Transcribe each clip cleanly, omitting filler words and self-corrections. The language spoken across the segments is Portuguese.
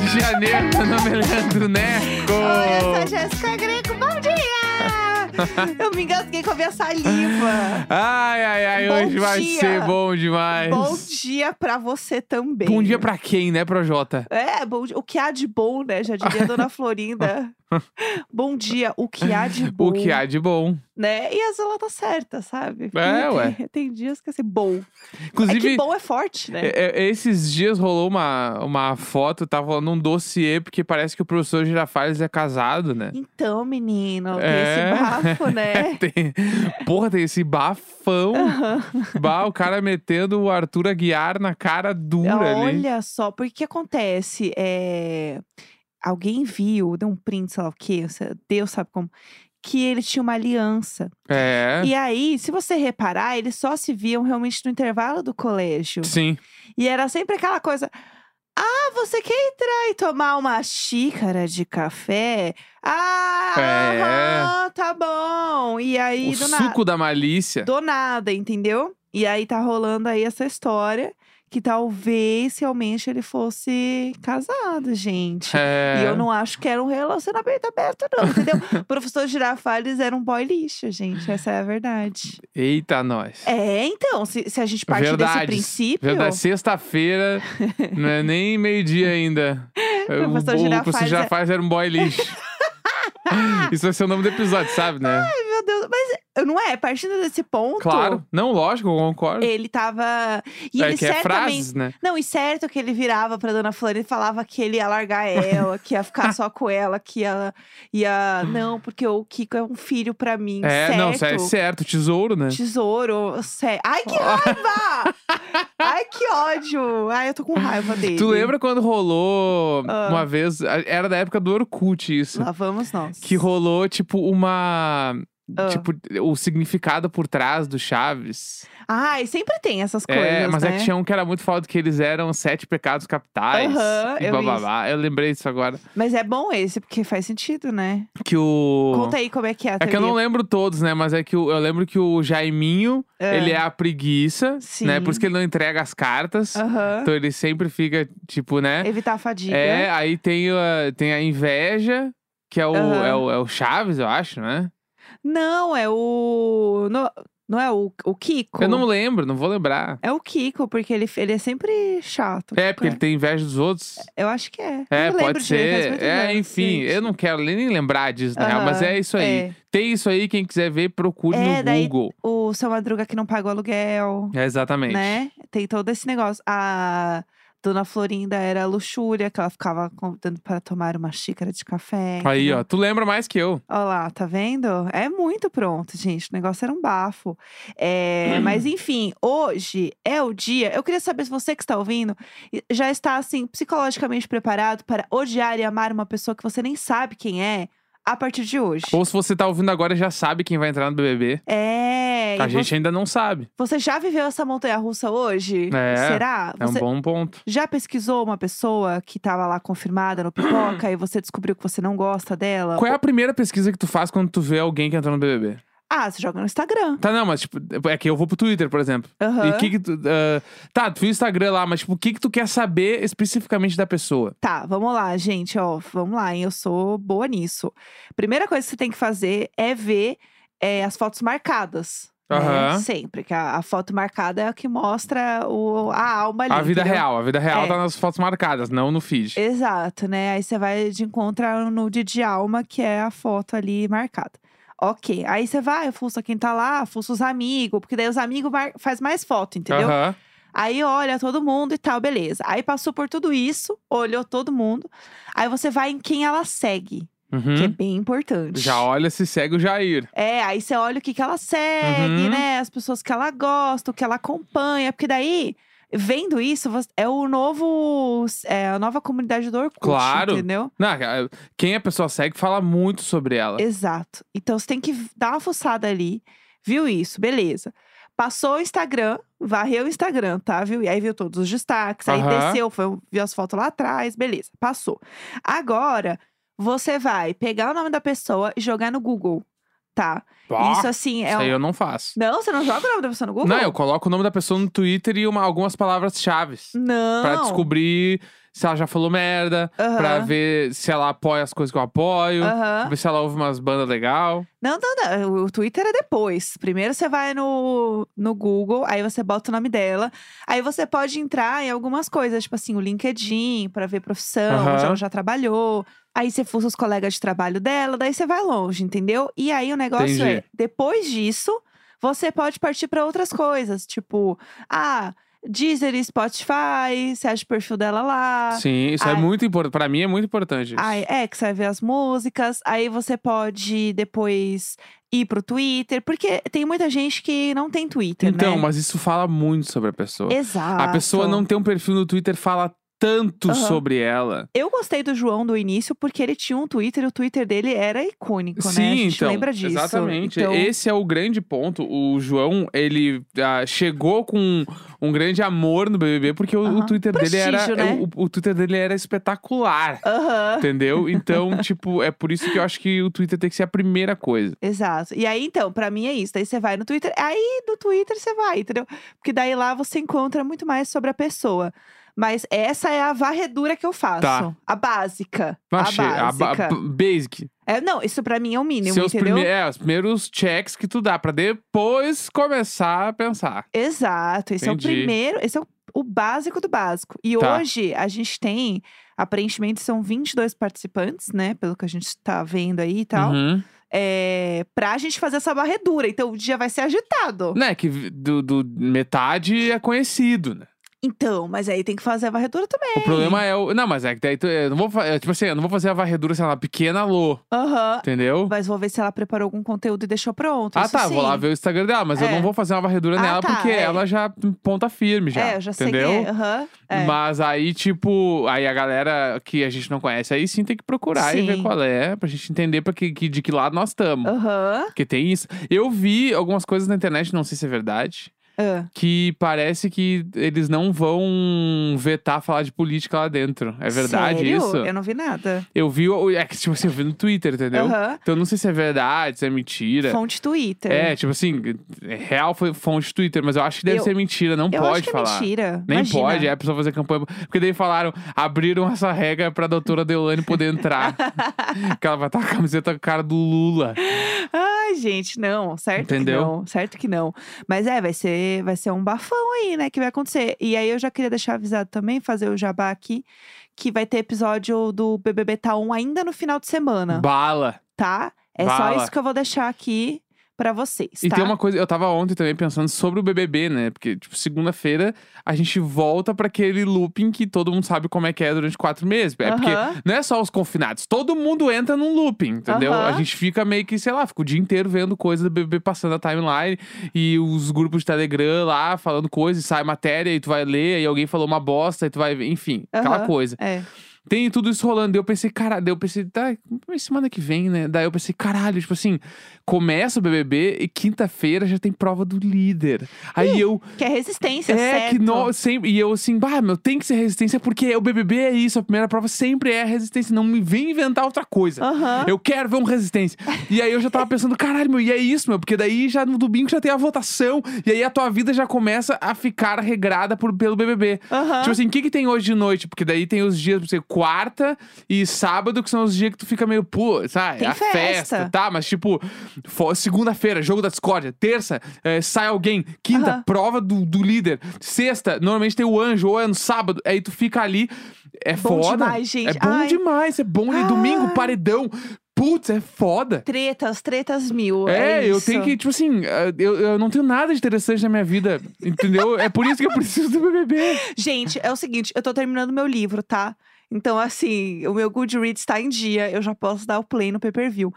de janeiro. Meu nome é Leandro Neco. Oi, eu sou a Jéssica Greco. Bom dia! Eu me engasguei com a minha saliva. Ai, Bom hoje vai dia. ser bom demais. Bom dia pra você também. Bom dia pra quem, né, Projota? É, bom dia. O que há de bom, né? Já diria a Dona Florinda. Bom dia, o que há de bom. O que há de bom. Né? E às vezes ela tá certa, sabe? Ué. Tem dias que é assim, bom. Inclusive, É que bom é forte, né? esses dias rolou uma foto, tava num dossiê, porque parece que o professor Girafales é casado, né? Então, menino, tem esse bafo, né? Tem esse bafão. O cara metendo o Arthur Aguiar na cara dura ali. Olha só, porque que acontece? Alguém viu, deu um print, sei lá o quê, Deus sabe como, que ele tinha uma aliança. É. E aí, se você reparar, eles só se viam realmente no intervalo do colégio. Sim. E era sempre aquela coisa: ah, você quer entrar e tomar uma xícara de café? Ah, tá bom. E aí, O suco da malícia. do nada, entendeu? E aí tá rolando aí essa história que talvez realmente ele fosse casado, gente. É. E eu não acho que era um relacionamento aberto, não, entendeu? O professor Girafales era um boy lixo, gente. Essa é a verdade. Eita, nós. Então, se a gente partir desse princípio. Verdade, sexta-feira, não é nem meio-dia ainda. O professor Girafales era um boy lixo. Isso vai ser o nome do episódio, sabe, né? Ai, meu Deus. Mas não é? Partindo desse ponto. Claro. Não, lógico, eu concordo. Ele tava. E ele que certamente. é frases, né? Não, e certo que ele virava pra Dona Flor e falava que ele ia largar ela, que ia ficar só com ela, que ela ia. Não, porque o Kiko é um filho pra mim. Certo? Não, é certo, tesouro, né? Tesouro. Ai, que raiva! Ai, que ódio! Ai, eu tô com raiva dele. Tu lembra quando rolou uma vez? Era da época do Orkut isso. Lá vamos nós. Que rolou, tipo, Tipo, o significado por trás do Chaves. Ai, sempre tem essas coisas, mas né? é que tinha um que era muito foda, que eles eram 7 pecados capitais. E bababá. Eu lembrei disso agora. Mas é bom esse, porque faz sentido, né? Que o... Conta aí como é que é a É que eu não lembro todos, né? Mas é que eu lembro que o Jaiminho, ele é a preguiça, Sim. né? Por isso que ele não entrega as cartas. Então ele sempre fica, tipo, né? Evitar a fadiga. Aí tem a inveja, que é o Chaves, eu acho, né? Não, é o... Não é o Kiko? Eu não lembro, não vou lembrar. É o Kiko, porque ele é sempre chato. Porque ele tem inveja dos outros. Eu acho que é. Não Pode lembro direito, faz ser. muitos anos, Enfim, gente. eu não quero nem lembrar disso, na real, mas é isso aí. Tem isso aí, quem quiser ver, procure no daí Google. O Seu Madruga que não paga o aluguel. Exatamente. Né? Tem todo esse negócio. A Dona Florinda era a luxúria, que ela ficava contando para tomar uma xícara de café. Aí, entendeu? ó, tu lembra mais que eu. Olha lá, tá vendo? É muito pronto, gente. O negócio era um bafo. Mas enfim, hoje é o dia. Eu queria saber se você que está ouvindo já está, assim, psicologicamente preparado para odiar e amar uma pessoa que você nem sabe quem é a partir de hoje. Ou se você tá ouvindo agora, já sabe quem vai entrar no BBB. A gente ainda não sabe. Você já viveu essa montanha-russa hoje? Será? É um bom ponto. Já pesquisou uma pessoa que tava lá confirmada no Pipoca e você descobriu que você não gosta dela? Qual é a primeira pesquisa que tu faz quando tu vê alguém que entrou no BBB? Você joga no Instagram. Tá, não, mas tipo, é que eu vou pro Twitter, por exemplo. E o que tu... Tá, tu viu o Instagram lá, mas tipo, o que tu quer saber especificamente da pessoa? Tá, vamos lá, gente, ó. Vamos lá, hein? Eu sou boa nisso. Primeira coisa que você tem que fazer é ver as fotos marcadas. Né? Sempre, que a foto marcada é a que mostra a alma ali. A vida entendeu? real tá nas fotos marcadas, não no feed. Exato, né? Aí você vai de encontrar no nude de alma, que é a foto ali marcada. Ok, aí você vai, fuça quem tá lá, fuça os amigos, porque daí os amigos faz mais foto, entendeu? Aí olha todo mundo e tal, beleza. Aí passou por tudo isso, olhou todo mundo. Aí você vai em quem ela segue, que é bem importante. Já olha se segue o Jair. Aí você olha o que ela segue, né? As pessoas que ela gosta, o que ela acompanha. Porque daí, vendo isso, é o novo... É a nova comunidade do Orkut, entendeu? Não, quem a pessoa segue fala muito sobre ela. Exato. Então você tem que dar uma fuçada ali. Viu isso? Beleza. Passou o Instagram, varreu o Instagram, tá? Viu? E aí viu todos os destaques. Aí desceu, viu as fotos lá atrás. Beleza, passou. Agora, você vai pegar o nome da pessoa e jogar no Google. Tá? Isso assim Isso aí eu não faço. Não, você não joga o nome da pessoa no Google? Não, eu coloco o nome da pessoa no Twitter e algumas palavras-chave. Não. Pra descobrir se ela já falou merda, pra ver se ela apoia as coisas que eu apoio, pra ver se ela ouve umas bandas legal. Não. O Twitter é depois. Primeiro você vai no Google, aí você bota o nome dela. Aí você pode entrar em algumas coisas, tipo assim, o LinkedIn, pra ver profissão, onde ela já trabalhou. Aí você fuça os colegas de trabalho dela, daí você vai longe, entendeu? E aí o negócio é, depois disso, você pode partir pra outras coisas. Tipo, Deezer e Spotify, você acha o perfil dela lá. Sim, isso é muito importante. Pra mim é muito importante isso. Que você vai ver as músicas. Aí você pode depois ir pro Twitter. Porque tem muita gente que não tem Twitter, então, né? mas isso fala muito sobre a pessoa. Exato. A pessoa não tem um perfil no Twitter, fala tanto sobre ela. Eu gostei do João do início porque ele tinha um Twitter e o Twitter dele era icônico, né? Sim, A gente então, lembra disso. Exatamente. Então... Esse é o grande ponto. O João, ele chegou com um grande amor no BBB porque o Twitter dele era... né? O Twitter dele era espetacular. Entendeu? Então, tipo, é por isso que eu acho que o Twitter tem que ser a primeira coisa. Exato. E aí, então, pra mim é isso. Daí você vai no Twitter, aí no Twitter você vai, entendeu? Porque daí lá você encontra muito mais sobre a pessoa. Mas essa é a varredura que eu faço. Tá. A básica. Achei. A básica. Basic. Não, isso pra mim é o mínimo, entendeu? Os primeiros checks que tu dá pra depois começar a pensar. Exato. Esse é o primeiro, esse é o básico do básico. E hoje a gente tem, aparentemente são 22 participantes, né? Pelo que a gente tá vendo aí e tal. Pra gente fazer essa varredura. Então o dia vai ser agitado. Né, que do metade é conhecido, né? Então, mas aí tem que fazer a varredura também. O problema é Não, mas é que daí eu não vou tipo assim, eu não vou fazer a varredura, sei lá, pequena Lô. Entendeu? Mas vou ver se ela preparou algum conteúdo e deixou pronto. Tá, vou lá ver o Instagram dela, mas eu não vou fazer uma varredura nela porque ela já ponta firme já. Eu já entendeu? sei. Mas aí, tipo, aí a galera que a gente não conhece, aí sim tem que procurar e ver qual é, pra gente entender de que lado nós estamos. Porque tem isso. Eu vi algumas coisas na internet, não sei se é verdade. Que parece que eles não vão vetar falar de política lá dentro. É verdade. Sério? Isso? Eu não vi nada. Eu vi, tipo assim, eu vi no Twitter, entendeu? Então eu não sei se é verdade, se é mentira. Fonte Twitter. Tipo assim, real foi fonte Twitter, mas eu acho que deve ser mentira, não pode acho que falar. É mentira. Nem Imagina. pode, a pessoa fazer campanha. Porque daí abriram essa regra pra doutora Deolane poder entrar. Que ela vai estar com a camiseta com a cara do Lula. Ai, gente, não. Certo Entendeu? que não. Certo que não. Mas vai ser um bafão aí, né, que vai acontecer. E aí eu já queria deixar avisado também, fazer o jabá aqui, que vai ter episódio do BBB Tá 1 ainda no final de semana. Bala. Tá? É Bala. só isso que eu vou deixar aqui pra vocês, E tá? tem uma coisa, eu tava ontem também pensando sobre o BBB, né? Porque, tipo, segunda-feira a gente volta pra aquele looping que todo mundo sabe como é que é durante 4 meses. É porque não é só os confinados, todo mundo entra num looping, entendeu? A gente fica meio que, sei lá, fica o dia inteiro vendo coisa do BBB passando a timeline e os grupos de Telegram lá falando coisas, sai matéria e tu vai ler, e alguém falou uma bosta e tu vai ver, enfim, aquela coisa. Tem tudo isso rolando. Daí eu pensei, tá, semana que vem, né? Daí eu pensei, caralho, tipo assim, começa o BBB e quinta-feira já tem prova do líder. Aí que é resistência, certo? Sempre, e eu assim, tem que ser resistência porque o BBB é isso, a primeira prova sempre é resistência. Não me vem inventar outra coisa. Eu quero ver resistência. E aí eu já tava pensando, caralho, e é isso, porque daí já no domingo já tem a votação. E aí a tua vida já começa a ficar regrada pelo BBB. Tipo assim, o que tem hoje de noite? Porque daí tem os dias, pra você, quarta e sábado, que são os dias que tu fica meio, sabe? Tem a festa, tá? Mas tipo, segunda-feira, jogo da discórdia. Terça, sai alguém. Quinta, prova do líder. Sexta, normalmente tem o anjo, ou é no sábado. Aí tu fica ali. É bom foda. Demais, gente. É bom demais. É bom. E domingo, paredão. Putz, é foda. Tretas mil. Eu tenho que, tipo assim, eu não tenho nada de interessante na minha vida, entendeu? É por isso que eu preciso do BBB. Gente, é o seguinte, eu tô terminando meu livro, tá? Então, assim, o meu Goodreads tá em dia, eu já posso dar o play no pay-per-view.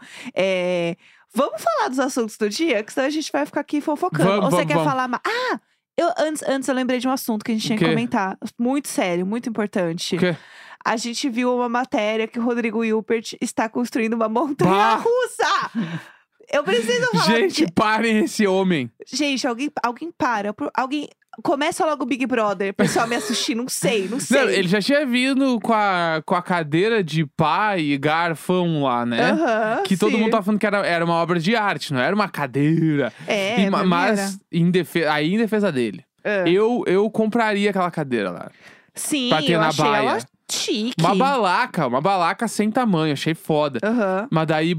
Vamos falar dos assuntos do dia? Que senão a gente vai ficar aqui fofocando. Ou você quer falar mais? Antes eu lembrei de um assunto que a gente tinha que comentar. Muito sério, muito importante. O quê? A gente viu uma matéria que o Rodrigo Hilbert está construindo uma montanha-russa! Eu preciso falar... Gente, parem esse homem. Gente, alguém para. Alguém... Começa logo o Big Brother, o pessoal me assistir, não sei. Não, ele já tinha vindo com a cadeira de pá e garfão lá, né? Que todo mundo tava falando que era uma obra de arte, não era uma cadeira. Mas, em defesa dele, eu compraria aquela cadeira lá. Sim, pra ter eu na achei baia. ela chique. Uma balaca sem tamanho, achei foda. Mas daí,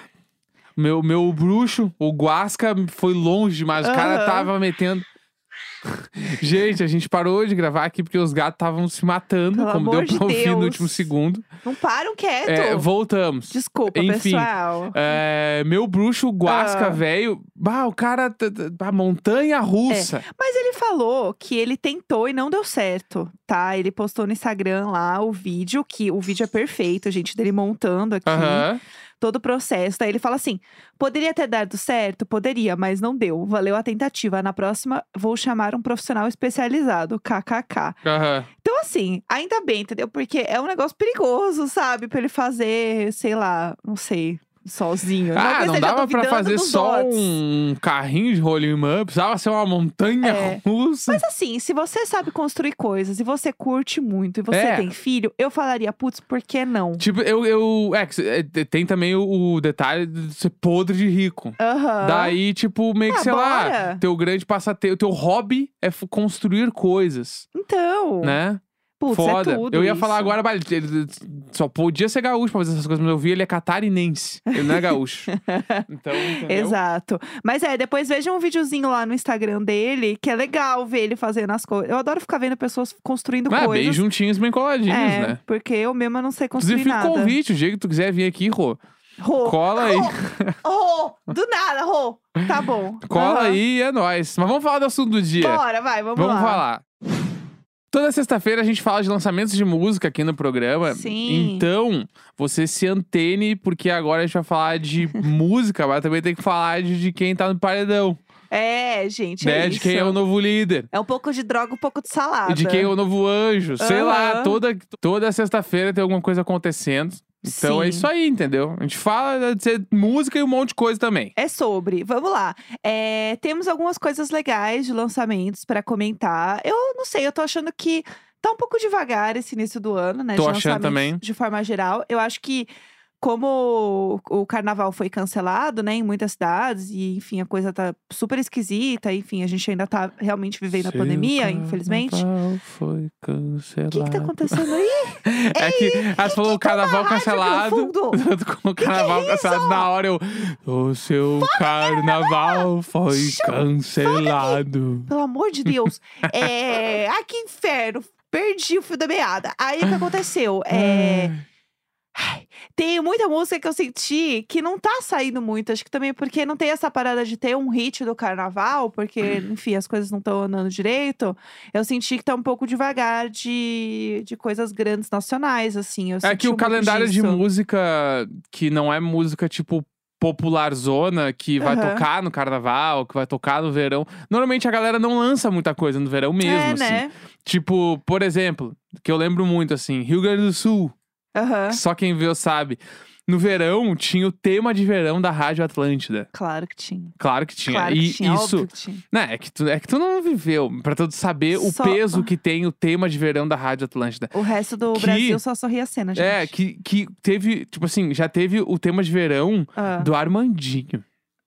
meu bruxo, o Guasca, foi longe demais. O cara tava metendo. Gente, a gente parou de gravar aqui porque os gatos estavam se matando, Pelo como amor deu pra de ouvir no Deus. último segundo. Não param quieto. Voltamos. Desculpa, Enfim, pessoal. Meu bruxo, o Guasca, velho. O cara. A montanha russa. Mas ele falou que ele tentou e não deu certo, tá? Ele postou no Instagram lá o vídeo, que o vídeo é perfeito, gente, dele montando aqui. Todo o processo. Daí ele fala assim: poderia ter dado certo? Poderia, mas não deu. Valeu a tentativa. Na próxima, vou chamar um profissional especializado. KKK. Então, assim, ainda bem, entendeu? Porque é um negócio perigoso, sabe? Pra ele fazer, sei lá, não sei. Sozinho. Não dava pra fazer só um carrinho de rolimã, precisava ser uma montanha russa. Mas assim, se você sabe construir coisas e você curte muito e você tem filho, eu falaria, putz, por que não? Tipo, tem também o detalhe de ser podre de rico. Daí, tipo, meio que, sei lá, teu grande passatempo, teu hobby é construir coisas. Então. Né? Putz, foda. É tudo eu ia isso. falar agora, ele só podia ser gaúcho pra fazer essas coisas, mas eu vi ele é catarinense. Ele não é gaúcho. Então, entendeu? Exato. Mas depois vejam um videozinho lá no Instagram dele, que é legal ver ele fazendo as coisas. Eu adoro ficar vendo pessoas construindo coisas. Bem juntinhos, bem coladinhos, né? Porque eu mesma não sei construir nada. Inclusive, convite, o dia que tu quiser vir aqui, Rô. Cola aí. Do nada, Rô. Tá bom. Cola aí e é nóis. Mas vamos falar do assunto do dia. Bora, vai, vamos lá. Vamos falar. Toda sexta-feira a gente fala de lançamentos de música aqui no programa. Sim. Então, você se antene, porque agora a gente vai falar de música, mas também tem que falar de quem tá no paredão. Gente, né? De quem é o novo líder. É um pouco de droga, um pouco de salada. E de quem é o novo anjo. Sei lá, toda sexta-feira tem alguma coisa acontecendo. Então é isso aí, entendeu? A gente fala de música e um monte de coisa também. Vamos lá. Temos algumas coisas legais de lançamentos pra comentar. Eu não sei, eu tô achando que tá um pouco devagar esse início do ano, né? Tô de achando também. De forma geral. Eu acho que como o carnaval foi cancelado, né, em muitas cidades, e enfim, a coisa tá super esquisita, enfim, a gente ainda tá realmente vivendo a pandemia, infelizmente. O foi cancelado. O que tá acontecendo aí? Que ela falou o carnaval cancelado. Com o carnaval cancelado na hora, o seu carnaval foi cancelado. Pelo amor de Deus. Ai, que inferno. Perdi o fio da meada. Aí o que aconteceu? Tem muita música que eu senti que não tá saindo muito. Acho que também porque não tem essa parada de ter um hit do carnaval, porque, enfim, as coisas não estão andando direito. Eu senti que tá um pouco devagar de coisas grandes nacionais, assim. Que o calendário de música, que não é música tipo popular zona, que vai tocar no carnaval, que vai tocar no verão. Normalmente a galera não lança muita coisa no verão mesmo, assim. Né? Tipo, por exemplo, que eu lembro muito, assim, Rio Grande do Sul. Só quem viu sabe. No verão, tinha o tema de verão da Rádio Atlântida. Claro que tinha. Claro que tinha. Claro que tinha, isso, óbvio que tinha. Né, é que tu não viveu. Pra tu saber o peso que tem o tema de verão da Rádio Atlântida. O resto do Brasil só sorria a cena, gente. Que teve, tipo assim, já teve o tema de verão do Armandinho.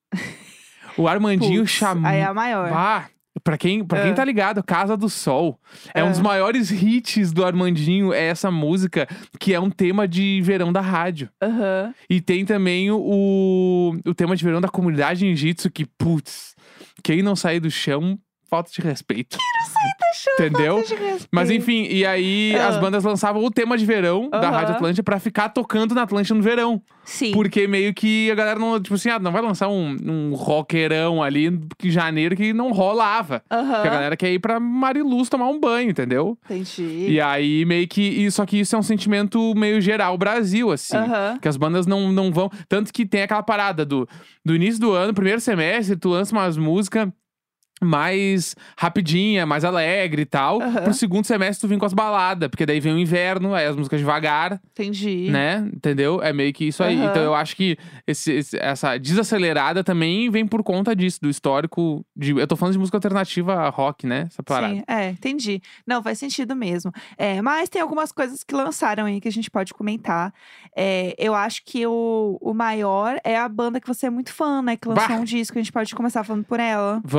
O Armandinho chamou. Aí é a maior. Pra quem tá ligado, Casa do Sol. É um dos maiores hits do Armandinho, é essa música, que é um tema de verão da rádio. E tem também o tema de verão da comunidade Ninjitsu, que, putz, quem não sair do chão, falta de respeito. Quem não sair do chão, entendeu? Falta de respeito. Mas enfim, e aí as bandas lançavam o tema de verão da Rádio Atlântida pra ficar tocando na Atlântida no verão. Sim. Porque meio que a galera não, tipo assim, não vai lançar um rockerão ali em janeiro que não rolava. Porque a galera quer ir pra Mariluz tomar um banho, entendeu? Entendi. E aí meio que, só que isso é um sentimento meio geral Brasil, assim. Que as bandas não vão, tanto que tem aquela parada do início do ano, primeiro semestre, tu lança umas músicas mais rapidinha, mais alegre e tal. Pro segundo semestre tu vem com as baladas, porque daí vem o inverno, aí as músicas devagar. Entendi. Né? Entendeu? É meio que isso aí. Então eu acho que essa desacelerada também vem por conta disso, do histórico de... Eu tô falando de música alternativa rock, né? Essa parada. Sim, entendi. Não, faz sentido mesmo. Mas tem algumas coisas que lançaram aí que a gente pode comentar. Eu acho que o maior é a banda que você é muito fã, né? Que lançou um disco, a gente pode começar falando por ela. Vamos começar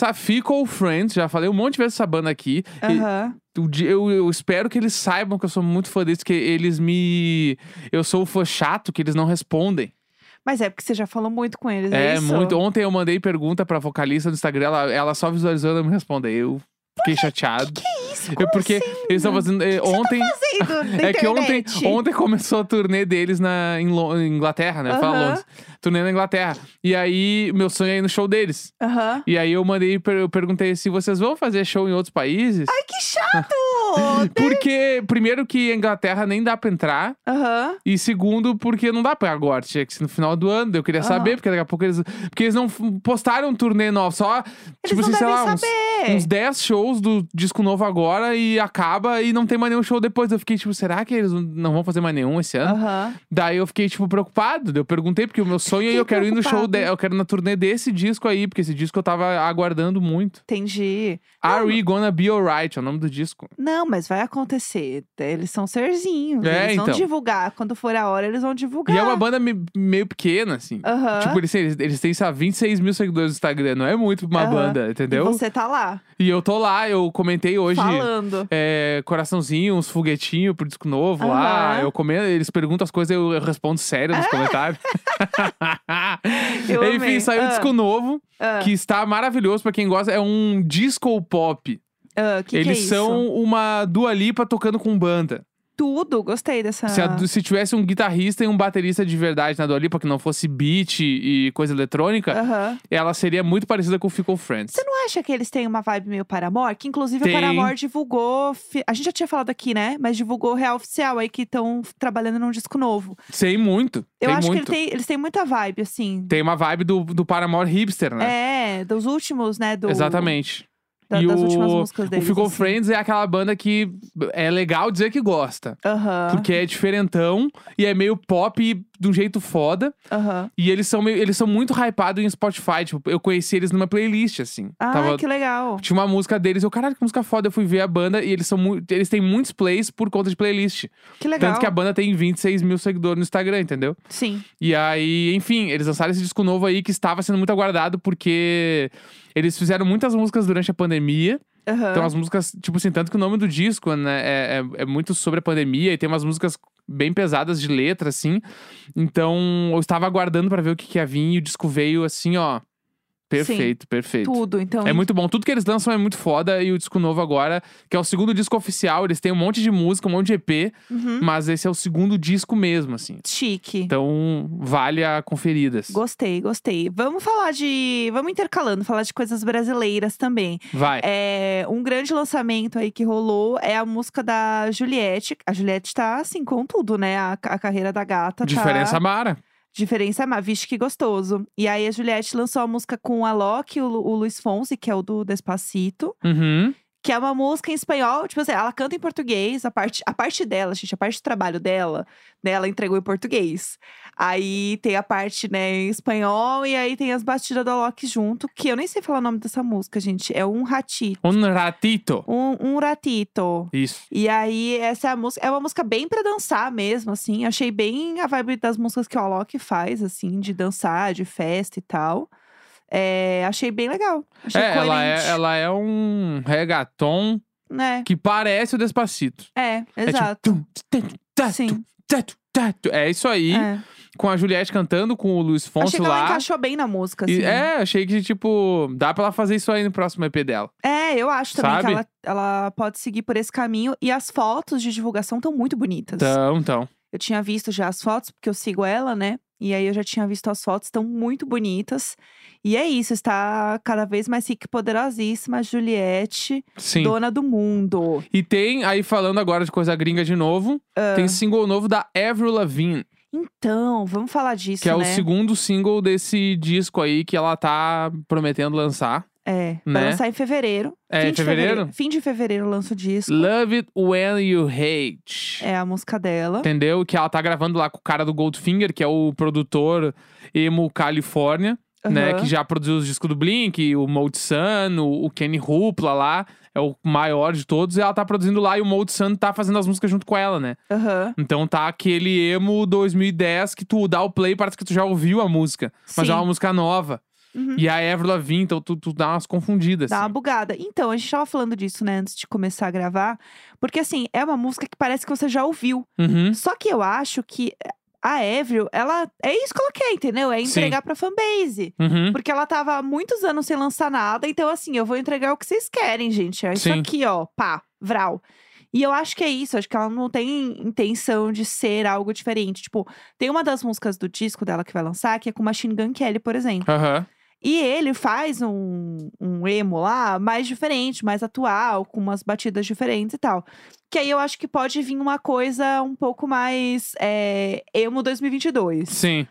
Fickle Friends, já falei um monte de vezes essa banda aqui. Eu espero que eles saibam que eu sou muito fã deles, que eles me... Eu sou o fã chato, que eles não respondem. Mas é porque você já falou muito com eles, É, isso? muito. Ontem eu mandei pergunta pra vocalista no Instagram, ela só visualizou e não me respondeu. Eu fiquei chateado. Que isso? Como Porque assim? eles estão fazendo... ontem... Você tá fazendo na É que internet? ontem começou a turnê deles em Inglaterra, né? Fala Londres. Turnê na Inglaterra. E aí, meu sonho é ir no show deles. E aí eu perguntei se vocês vão fazer show em outros países. Ai, que chato! Porque, primeiro, que a Inglaterra nem dá pra entrar. E segundo, porque não dá pra ir agora. Tinha que ser no final do ano. Eu queria saber, porque daqui a pouco eles... Porque eles não postaram um turnê novo. Só, tipo assim, sei lá, uns 10 shows do disco novo agora e acaba e não tem mais nenhum show depois. Eu fiquei, tipo, será que eles não vão fazer mais nenhum esse ano? Daí eu fiquei, tipo, preocupado. Eu perguntei, porque o meu sonho é eu quero ir no show, eu quero ir na turnê desse disco aí, porque esse disco eu tava aguardando muito. Entendi. Are We Gonna Be Alright? É o nome do disco. Não, mas vai acontecer. Eles são serzinhos. Eles vão divulgar. Quando for a hora, eles vão divulgar. E é uma banda meio pequena, assim. Tipo, eles têm, sabe, 26 mil seguidores no Instagram. Não é muito uma banda, entendeu? E você tá lá. E eu tô lá, eu comentei hoje. Falando. Coraçãozinho, uns foguetinhos pro disco novo lá. Eu comento, eles perguntam as coisas, eu respondo sério nos comentários. Enfim, saiu um disco novo, que está maravilhoso pra quem gosta. É um disco pop. Eles são uma Dua Lipa tocando com banda. Tudo, gostei dessa... Se tivesse um guitarrista e um baterista de verdade na Dua Lipa, que não fosse beat e coisa eletrônica, ela seria muito parecida com o Fickle Friends. Você não acha que eles têm uma vibe meio Paramore? Que inclusive o Paramore divulgou... A gente já tinha falado aqui, né? Mas divulgou real oficial aí, que estão trabalhando num disco novo. Sei muito. Eu acho que eles têm muita vibe, assim. Tem uma vibe do Paramore hipster, né? Dos últimos, né? Exatamente. Das últimas músicas deles. O Fickle assim. Friends é aquela banda que é legal dizer que gosta. Porque é diferentão e é meio pop de um jeito foda. E eles são muito hypados em Spotify. Tipo, eu conheci eles numa playlist, assim. Que legal. Tinha uma música deles. Caralho, que música foda. Eu fui ver a banda e eles têm muitos plays por conta de playlist. Que legal. Tanto que a banda tem 26 mil seguidores no Instagram, entendeu? Sim. E aí, enfim, eles lançaram esse disco novo aí que estava sendo muito aguardado porque... Eles fizeram muitas músicas durante a pandemia. Então, as músicas, tipo assim, tanto que o nome do disco, né, é muito sobre a pandemia. E tem umas músicas bem pesadas de letra, assim. Então, eu estava aguardando pra ver o que ia vir. E o disco veio assim, ó... Perfeito, perfeito. Tudo, então... É muito bom. Tudo que eles lançam é muito foda. E o disco novo agora, que é o segundo disco oficial. Eles têm um monte de música, um monte de EP. Mas esse é o segundo disco mesmo, assim. Chique. Então, vale a conferidas. Gostei. Vamos intercalando, falar de coisas brasileiras também. Vai. Um grande lançamento aí que rolou é a música da Juliette. A Juliette tá, assim, com tudo, né? A carreira da gata Diferença Mara. Diferença, mas vixe que gostoso. E aí a Juliette lançou a música com o Alok e o Luiz Fonsi, que é o do Despacito. Que é uma música em espanhol, tipo assim, ela canta em português, a parte dela, gente, a parte do trabalho dela, né, ela entregou em português. Aí tem a parte, né, em espanhol, e aí tem as batidas do Alok junto, que eu nem sei falar o nome dessa música, gente, é Um Ratito. Um ratito. Um ratito. Isso. E aí, essa é a música, é uma música bem pra dançar mesmo, assim, achei bem a vibe das músicas que o Alok faz, assim, de dançar, de festa e tal. Achei bem legal. Achei coerente. Ela é um reggaeton que parece o Despacito. Exato. Sim. É isso aí. Com a Juliette cantando, com o Luiz Fonsi lá. Achei que ela encaixou bem na música, assim. Achei que, tipo, dá pra ela fazer isso aí no próximo EP dela. Eu acho também Sabe? que ela pode seguir por esse caminho. E as fotos de divulgação estão muito bonitas. Então. Eu tinha visto já as fotos, porque eu sigo ela, né? E aí eu já tinha visto as fotos, estão muito bonitas. E é isso, está cada vez mais rica e poderosíssima, Juliette, dona do mundo. E tem, aí falando agora de coisa gringa de novo, tem single novo da Avril Lavigne. Então, vamos falar disso, que é né? o segundo single desse disco aí que ela tá prometendo lançar. Vai né? lançar em fevereiro. Em fevereiro? Fim de fevereiro lança o disco. Love It When You Hate. É a música dela. Entendeu? Que ela tá gravando lá com o cara do Goldfinger, que é o produtor emo California. Né, que já produziu os discos do Blink, o Mold Sun, o Kenny Hoopla lá, é o maior de todos, e ela tá produzindo lá, e o Mold Sun tá fazendo as músicas junto com ela, né? Então tá aquele emo 2010 que tu dá o play, parece que tu já ouviu a música, mas é uma música nova. Uhum. E a Avril Lavigne, então tu dá umas confundidas. Dá uma assim. bugada. Então, a gente tava falando disso, né, antes de começar a gravar. Porque, assim, é uma música que parece que você já ouviu. Uhum. Só que eu acho que a Avril, ela... É isso que ela quer, entendeu? É entregar pra fanbase. Uhum. Porque ela tava há muitos anos sem lançar nada. Então, assim, eu vou entregar o que vocês querem, gente. É isso Sim. aqui, ó. Pá, vral. E eu acho que é isso. Acho que ela não tem intenção de ser algo diferente. Tipo, tem uma das músicas do disco dela que vai lançar, que é com Machine Gun Kelly, por exemplo. Aham. E ele faz um emo lá mais diferente, mais atual, com umas batidas diferentes e tal. Que aí eu acho que pode vir uma coisa um pouco mais emo 2022. Sim.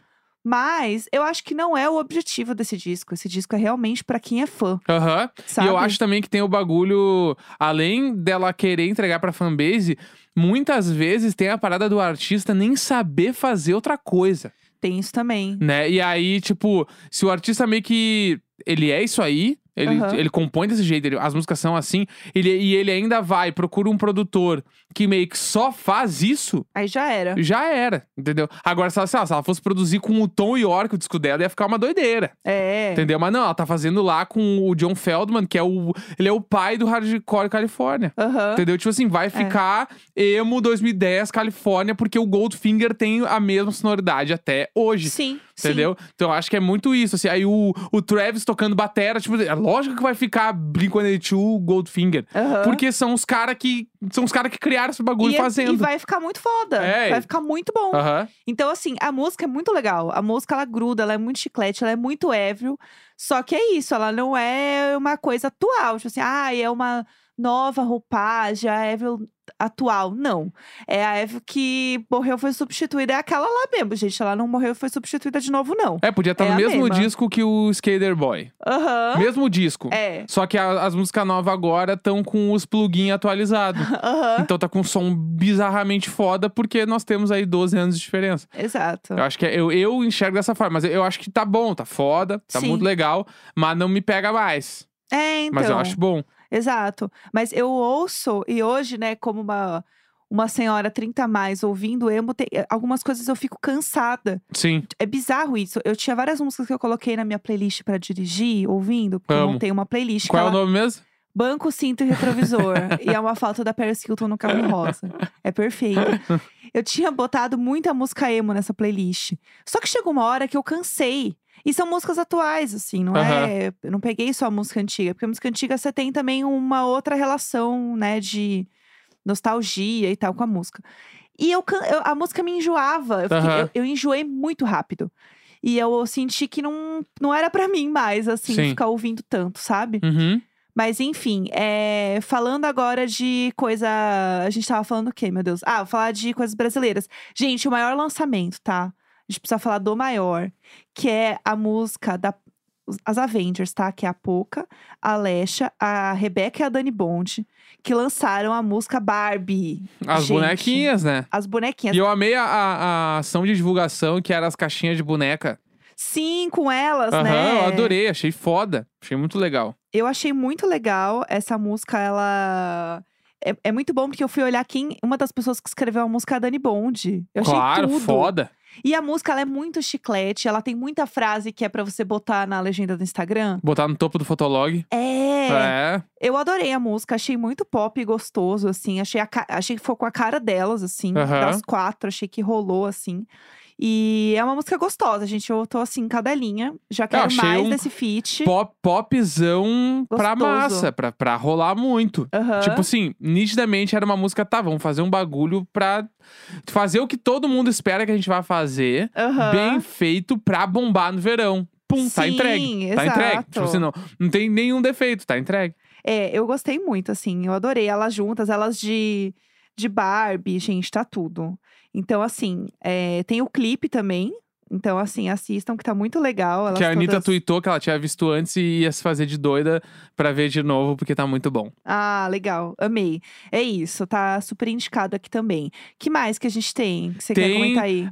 Mas eu acho que não é o objetivo desse disco. Esse disco é realmente pra quem é fã. Aham. Sabe? E eu acho também que tem o bagulho, além dela querer entregar pra fanbase, muitas vezes tem a parada do artista nem saber fazer outra coisa. Tem isso também. Né? E aí, tipo, se o artista meio que ele é isso aí, ele compõe desse jeito, as músicas são assim, e ele ainda vai, procura um produtor que meio que só faz isso, Aí já era. entendeu? Agora, se ela fosse produzir com o Tom York, o disco dela, ia ficar uma doideira. É. Entendeu? Mas não, ela tá fazendo lá com o John Feldman, que ele é o pai do hardcore Califórnia. Aham. Entendeu? Tipo assim, vai ficar emo 2010 Califórnia, porque o Goldfinger tem a mesma sonoridade até hoje. Sim. Entendeu? Então eu acho que é muito isso, assim. Aí o Travis tocando batera, tipo, é lógico que vai ficar Blink-182, Goldfinger. Aham. Porque são os caras que criaram esse bagulho fazendo. E vai ficar muito foda. É. Vai ficar muito bom. Aham. Então, assim, a música é muito legal. A música, ela gruda, ela é muito chiclete, ela é muito Avril. Só que é isso, ela não é uma coisa atual. Tipo assim, é uma nova roupagem, a Avril atual. Não. É a Avril que morreu, foi substituída. É aquela lá mesmo, gente. Ela não morreu e foi substituída de novo, não. Podia estar no a mesmo mesma. disco que o Skater Boy. Aham. Mesmo disco. É. Só que as músicas novas agora estão com os plugins atualizados. Aham. Então tá com um som bizarramente foda, porque nós temos aí 12 anos de diferença. Exato. Eu acho que eu enxergo dessa forma. Mas eu acho que tá bom, tá foda, tá Sim. muito legal. Mas não me pega mais. Então. Mas eu acho bom. Exato. Mas eu ouço, e hoje, né, como uma senhora 30 a mais ouvindo emo, algumas coisas eu fico cansada. Sim. É bizarro isso. Eu tinha várias músicas que eu coloquei na minha playlist pra dirigir, ouvindo, porque eu Amo. montei uma playlist. Qual é o nome mesmo? Banco, cinto e retrovisor. E é uma foto da Paris Hilton no carro rosa. É perfeito. Eu tinha botado muita música emo nessa playlist. Só que chegou uma hora que eu cansei. E são músicas atuais, assim, não é? Eu não peguei só a música antiga. Porque a música antiga você tem também uma outra relação, né, de nostalgia e tal com a música. E a música me enjoava. Eu enjoei muito rápido. E eu senti que não era pra mim mais, assim, Sim. ficar ouvindo tanto, sabe? Uhum. Mas enfim, falando agora de coisa... A gente tava falando o quê, meu Deus? Vou falar de coisas brasileiras. Gente, o maior lançamento, tá? A gente precisa falar do maior. Que é a música as Avengers, tá? Que é a Poca, a Alexa, a Rebeca e a Dani Bond. Que lançaram a música Barbie. As Gente, bonequinhas, né? As bonequinhas. E eu amei a ação de divulgação, que era as caixinhas de boneca. Sim, com elas, Aham, né? eu adorei, achei foda. Achei muito legal. Eu achei muito legal essa música, ela... É muito bom porque eu fui olhar uma das pessoas que escreveu a música é a Dani Bond. Eu achei Claro, tudo. foda. E a música, ela é muito chiclete, ela tem muita frase que é pra você botar na legenda do Instagram. Botar no topo do Fotolog. É. Eu adorei a música, achei muito pop e gostoso, assim. Achei que foi com a cara delas, assim, das quatro. Achei que rolou, assim. E é uma música gostosa, gente. Eu tô assim, cadelinha. Já quero mais desse feat. Popzão pra Gostoso. massa, pra rolar muito. Aham. Tipo assim, nitidamente era uma música, vamos fazer um bagulho pra fazer o que todo mundo espera que a gente vai fazer. Aham. Bem feito pra bombar no verão. Pum, tá Sim, entregue. Tá entregue. exato. Tipo assim, não tem nenhum defeito, tá entregue. Eu gostei muito, assim. Eu adorei elas juntas, elas de Barbie, gente, tá tudo. Então, assim, tem o clipe também. Então, assim, assistam, que tá muito legal. Elas Que a Anitta todas... tweetou que ela tinha visto antes e ia se fazer de doida pra ver de novo, porque tá muito bom. Legal. Amei. É isso, tá super indicado aqui também. Que mais que a gente tem? Que você quer comentar aí?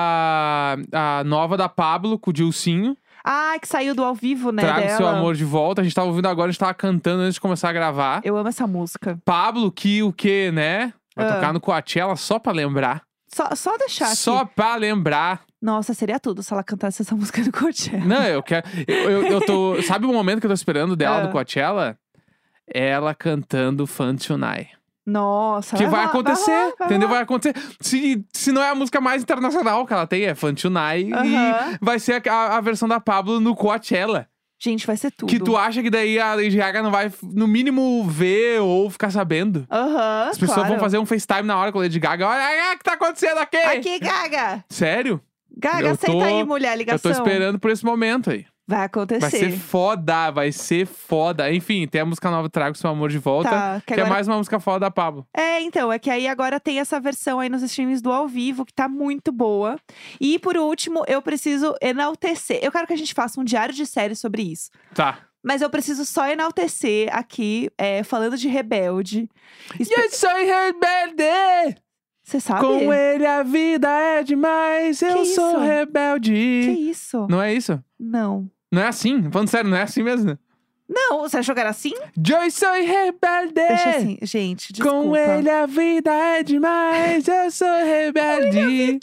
A nova da Pablo, com o Dilcinho. Que saiu do ao vivo, né, Traga dela. seu amor de volta. A gente tava ouvindo agora, a gente tava cantando antes de começar a gravar. Eu amo essa música. Pablo, que o quê, né? Vai tocar no Coachella só pra lembrar. Só deixar aqui. Só pra lembrar. Nossa, seria tudo se ela cantasse essa música do Coachella. Não, eu quero. Eu tô. Sabe o momento que eu tô esperando dela do Coachella? Ela cantando Fun Tonight. Nossa, que vai acontecer, entendeu? Vai acontecer. Se não é a música mais internacional que ela tem, é Fun Tonight. E vai ser a versão da Pabllo no Coachella. Gente, vai ser tudo. Que tu acha que daí a Lady Gaga não vai, no mínimo, ver ou ficar sabendo? As pessoas vão fazer um FaceTime na hora com a Lady Gaga. Olha o que tá acontecendo aqui! Aqui, Gaga! Sério? Gaga, aceita aí, mulher, a ligação. Eu tô esperando por esse momento aí. Vai acontecer. Vai ser foda, vai ser foda. Enfim, tem a música nova Trago Seu Amor de Volta. Tá, que agora... é mais uma música foda da Pabllo. Então, é que aí agora tem essa versão aí nos streams do ao vivo, que tá muito boa. E por último, eu preciso enaltecer. Eu quero que a gente faça um diário de série sobre isso. Tá. Mas eu preciso só enaltecer aqui, falando de Rebelde. Eu sou rebelde! Você sabe? Com ele a vida é demais, eu sou rebelde. Que isso? Não é isso? Não. Não é assim? Falando sério, não é assim mesmo? Não, você achou que era assim? Eu sou rebelde. Deixa assim, gente, desculpa. Com ele a vida é demais, eu sou rebelde.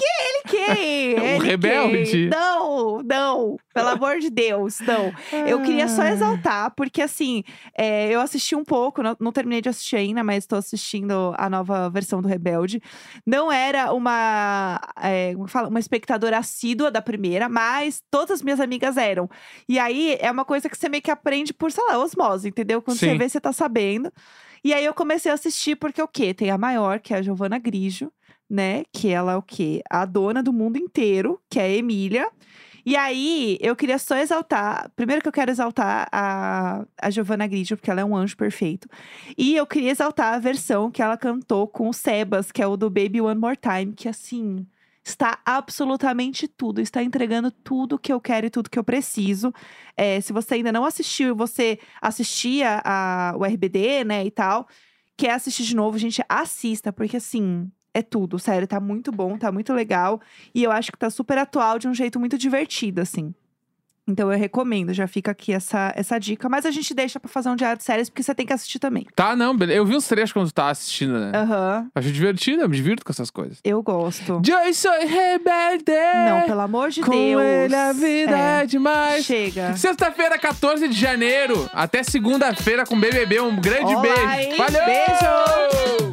Ele rebelde? Não. Pelo amor de Deus, não. Eu queria só exaltar, porque assim, eu assisti um pouco, não terminei de assistir ainda, mas tô assistindo a nova versão do Rebelde. Não era uma espectadora assídua da primeira, mas todas as minhas amigas eram. E aí, é uma coisa que você meio que aprende por, sei lá, osmose, entendeu? Quando você vê, você tá sabendo. E aí, eu comecei a assistir porque o quê? Tem a maior, que é a Giovanna Grigio, né? Que ela é o quê? A dona do mundo inteiro, que é a Emília. E aí, eu queria só exaltar... Primeiro que eu quero exaltar a Giovanna Grigio, porque ela é um anjo perfeito. E eu queria exaltar a versão que ela cantou com o Sebas, que é o do Baby One More Time. Que assim, está absolutamente tudo. Está entregando tudo que eu quero e tudo que eu preciso. Se você ainda não assistiu e você assistia o RBD, né, e tal... Quer assistir de novo, gente, assista. Porque assim... É tudo, sério, tá muito bom, tá muito legal. E eu acho que tá super atual de um jeito muito divertido, assim. Então eu recomendo, já fica aqui essa dica. Mas a gente deixa pra fazer um diário de séries, porque você tem que assistir também. Tá, não, beleza. Eu vi uns trechos quando tu tava assistindo, né? Acho divertido, eu me divirto com essas coisas. Eu gosto. Eu sou rebelde! Não, pelo amor de Deus. Com ele a vida é demais. Chega. Sexta-feira, 14 de janeiro. Até segunda-feira com BBB. Um grande beijo. Aí, Valeu! Beijo!